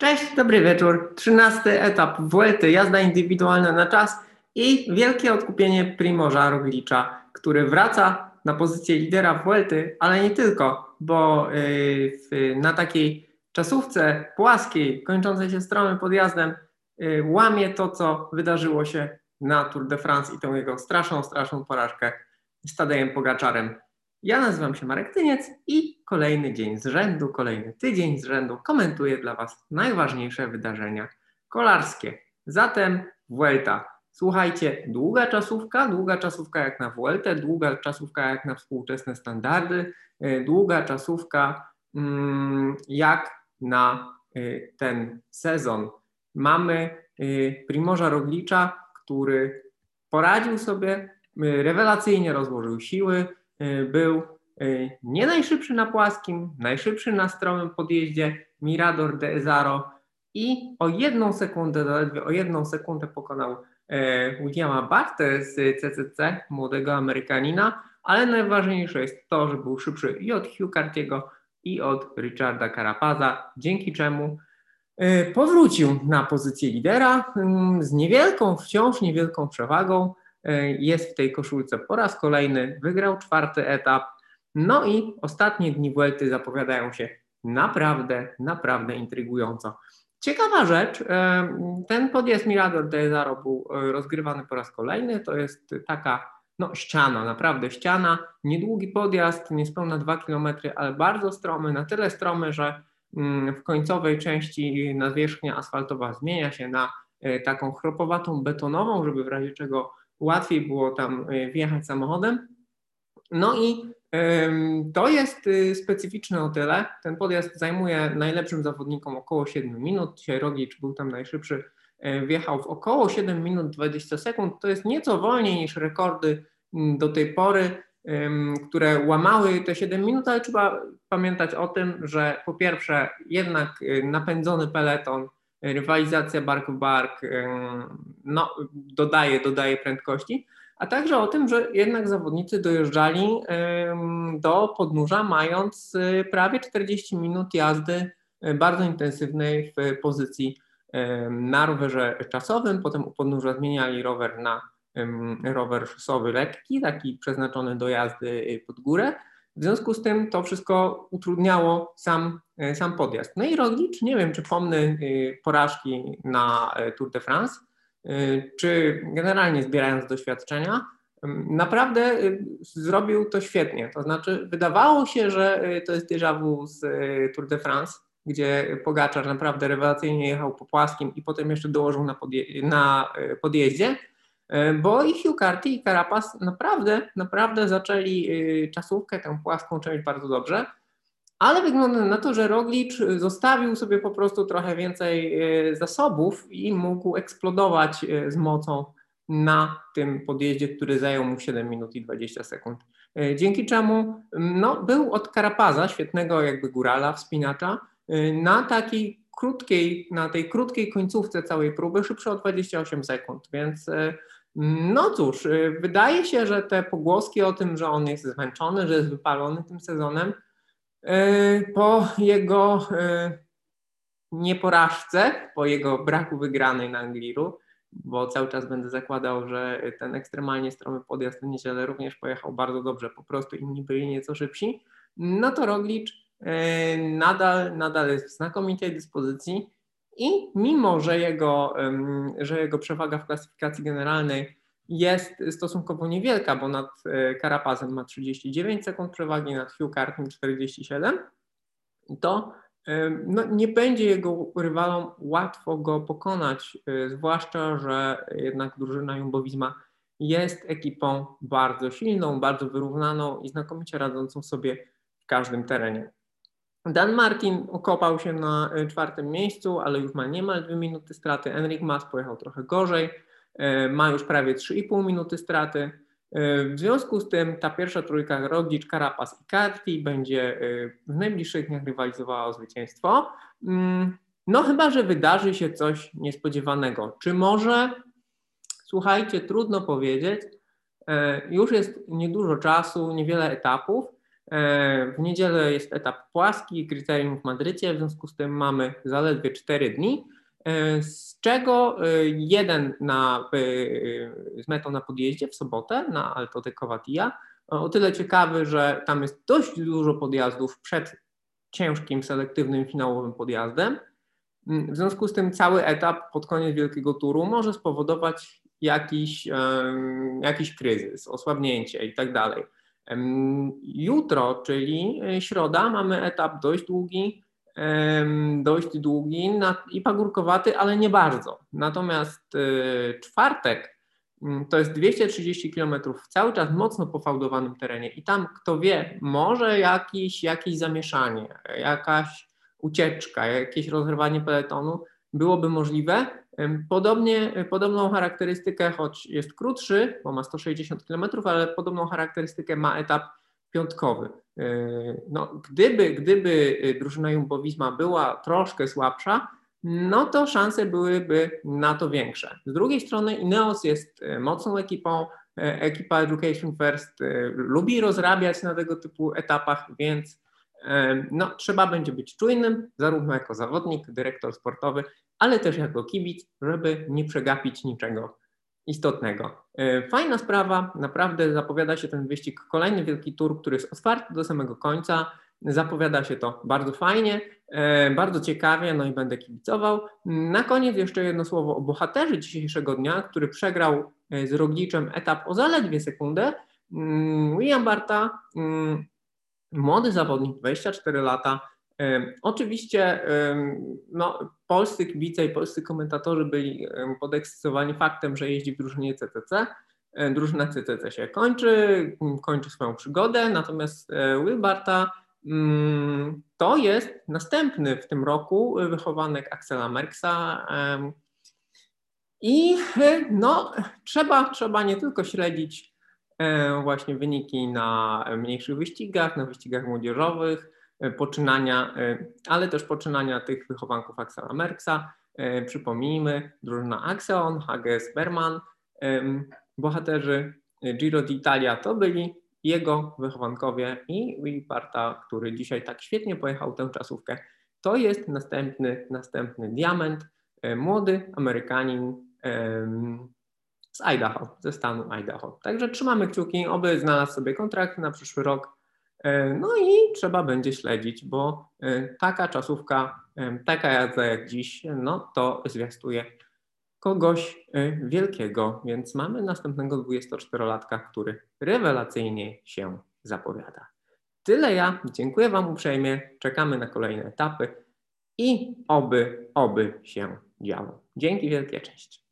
Cześć, dobry wieczór. 13 etap Vuelty, jazda indywidualna na czas i wielkie odkupienie Primoża Roglicza, który wraca na pozycję lidera Vuelty, ale nie tylko, bo na takiej czasówce płaskiej, kończącej się stromym podjazdem, łamie to, co wydarzyło się na Tour de France i tą jego straszną porażkę z Tadejem Pogaczarem. Ja nazywam się Marek Tyniec i kolejny dzień z rzędu, kolejny tydzień z rzędu komentuję dla Was najważniejsze wydarzenia kolarskie. Zatem Vuelta. Słuchajcie, długa czasówka jak na Vueltę, długa czasówka jak na współczesne standardy, długa czasówka jak na ten sezon. Mamy Primoża Roglicza, który poradził sobie, rewelacyjnie rozłożył siły, był nie najszybszy na płaskim, najszybszy na stromym podjeździe Mirador de Ezaro i o 1 sekundę, zaledwie o 1 sekundę pokonał Williama Bartę z CCC, młodego Amerykanina, ale najważniejsze jest to, że był szybszy i od Hugh Cartiego, i od Richarda Carapaza, dzięki czemu powrócił na pozycję lidera z wciąż niewielką przewagą. Jest w tej koszulce po raz kolejny, wygrał 4. etap. No i ostatnie dni Vuelty zapowiadają się naprawdę intrygująco. Ciekawa rzecz, ten podjazd Mirador de Ezaro był rozgrywany po raz kolejny. To jest taka ściana, naprawdę ściana, niedługi podjazd, niespełna 2 km, ale bardzo stromy, na tyle stromy, że w końcowej części nawierzchnia asfaltowa zmienia się na taką chropowatą betonową, żeby w razie czego łatwiej było tam wjechać samochodem. No i to jest specyficzne o tyle. Ten podjazd zajmuje najlepszym zawodnikom około 7 minut. Dzisiaj Roglic był tam najszybszy, wjechał w około 7 minut 20 sekund. To jest nieco wolniej niż rekordy do tej pory, które łamały te 7 minut, ale trzeba pamiętać o tym, że po pierwsze jednak napędzony peleton, rywalizacja bark w bark dodaje prędkości, a także o tym, że jednak zawodnicy dojeżdżali do podnóża mając prawie 40 minut jazdy bardzo intensywnej w pozycji na rowerze czasowym, potem u podnóża zmieniali rower na rower szosowy lekki, taki przeznaczony do jazdy pod górę. W związku z tym to wszystko utrudniało sam podjazd. No i Roglic, nie wiem, czy pomny porażki na Tour de France, czy generalnie zbierając doświadczenia, naprawdę zrobił to świetnie. To znaczy wydawało się, że to jest déjà vu z Tour de France, gdzie Pogaczar naprawdę rewelacyjnie jechał po płaskim i potem jeszcze dołożył na podjeździe, bo i Hugh Carty i Carapaz naprawdę zaczęli czasówkę, tę płaską część bardzo dobrze, ale wygląda na to, że Roglic zostawił sobie po prostu trochę więcej zasobów i mógł eksplodować z mocą na tym podjeździe, który zajął mu 7 minut i 20 sekund. Dzięki czemu był od Carapaza, świetnego jakby górala, wspinacza, na tej krótkiej końcówce całej próby szybszy o 28 sekund, więc cóż, wydaje się, że te pogłoski o tym, że on jest zmęczony, że jest wypalony tym sezonem, po jego nieporażce, po jego braku wygranej na Angliru, bo cały czas będę zakładał, że ten ekstremalnie stromy podjazd w niedzielę również pojechał bardzo dobrze, po prostu inni byli nieco szybsi, no to Roglic nadal jest w znakomitej dyspozycji i mimo, że jego przewaga w klasyfikacji generalnej jest stosunkowo niewielka, bo nad Carapazem ma 39 sekund przewagi, nad Hugh Cartym 47, to nie będzie jego rywalom łatwo go pokonać, zwłaszcza, że jednak drużyna Jumbo-Visma jest ekipą bardzo silną, bardzo wyrównaną i znakomicie radzącą sobie w każdym terenie. Dan Martin okopał się na 4. miejscu, ale już ma niemal 2 minuty straty. Enric Mas pojechał trochę gorzej, ma już prawie 3,5 minuty straty. W związku z tym ta pierwsza trójka Roglic, Carapaz i Carty będzie w najbliższych dniach rywalizowała o zwycięstwo. Chyba że wydarzy się coś niespodziewanego. Czy może? Słuchajcie, trudno powiedzieć. Już jest niedużo czasu, niewiele etapów. W niedzielę jest etap płaski, kryterium w Madrycie, w związku z tym mamy zaledwie 4 dni, z czego jeden z metą na podjeździe w sobotę na Alto de Covatilla. O tyle ciekawy, że tam jest dość dużo podjazdów przed ciężkim, selektywnym, finałowym podjazdem. W związku z tym cały etap pod koniec wielkiego turu może spowodować jakiś kryzys, osłabnięcie i tak dalej. Jutro, czyli środa, mamy etap dość długi i pagórkowaty, ale nie bardzo. Natomiast czwartek to jest 230 km w cały czas mocno pofałdowanym terenie i tam, kto wie, może jakieś zamieszanie, jakaś ucieczka, jakieś rozrywanie peletonu byłoby możliwe. Podobną charakterystykę, choć jest krótszy, bo ma 160 km, ale podobną charakterystykę ma etap piątkowy. No, gdyby drużyna Jumbo-Visma była troszkę słabsza, no to szanse byłyby na to większe. Z drugiej strony Ineos jest mocną ekipą, ekipa Education First lubi rozrabiać na tego typu etapach, więc no, trzeba będzie być czujnym, zarówno jako zawodnik, dyrektor sportowy, ale też jako kibic, żeby nie przegapić niczego istotnego. Fajna sprawa, naprawdę zapowiada się ten wyścig, kolejny wielki tour, który jest otwarty do samego końca, zapowiada się to bardzo fajnie, bardzo ciekawie, no i będę kibicował. Na koniec jeszcze jedno słowo o bohaterze dzisiejszego dnia, który przegrał z Rogliczem etap o zaledwie sekundę. William Barta, młody zawodnik, 24 lata. Oczywiście no, polscy kibice i polscy komentatorzy byli podekscytowani faktem, że jeździ w drużynie CCC. Drużyna CCC się kończy swoją przygodę, natomiast Will Barta to jest następny w tym roku wychowanek Axela Merckxa i no, trzeba nie tylko śledzić właśnie wyniki na mniejszych wyścigach, na wyścigach młodzieżowych, ale też poczynania tych wychowanków Axela Merckxa. Przypomnijmy, drużyna Axeon, HGS Berman, bohaterzy Giro d'Italia to byli jego wychowankowie i Will Barta, który dzisiaj tak świetnie pojechał tę czasówkę, to jest następny diament, młody Amerykanin z Idaho, ze stanu Idaho. Także trzymamy kciuki, oby znalazł sobie kontrakt na przyszły rok. No i trzeba będzie śledzić, bo taka czasówka, taka jazda jak dziś, no to zwiastuje kogoś wielkiego, więc mamy następnego 24-latka, który rewelacyjnie się zapowiada. Tyle ja, dziękuję Wam uprzejmie, czekamy na kolejne etapy i oby się działo. Dzięki wielkie, cześć.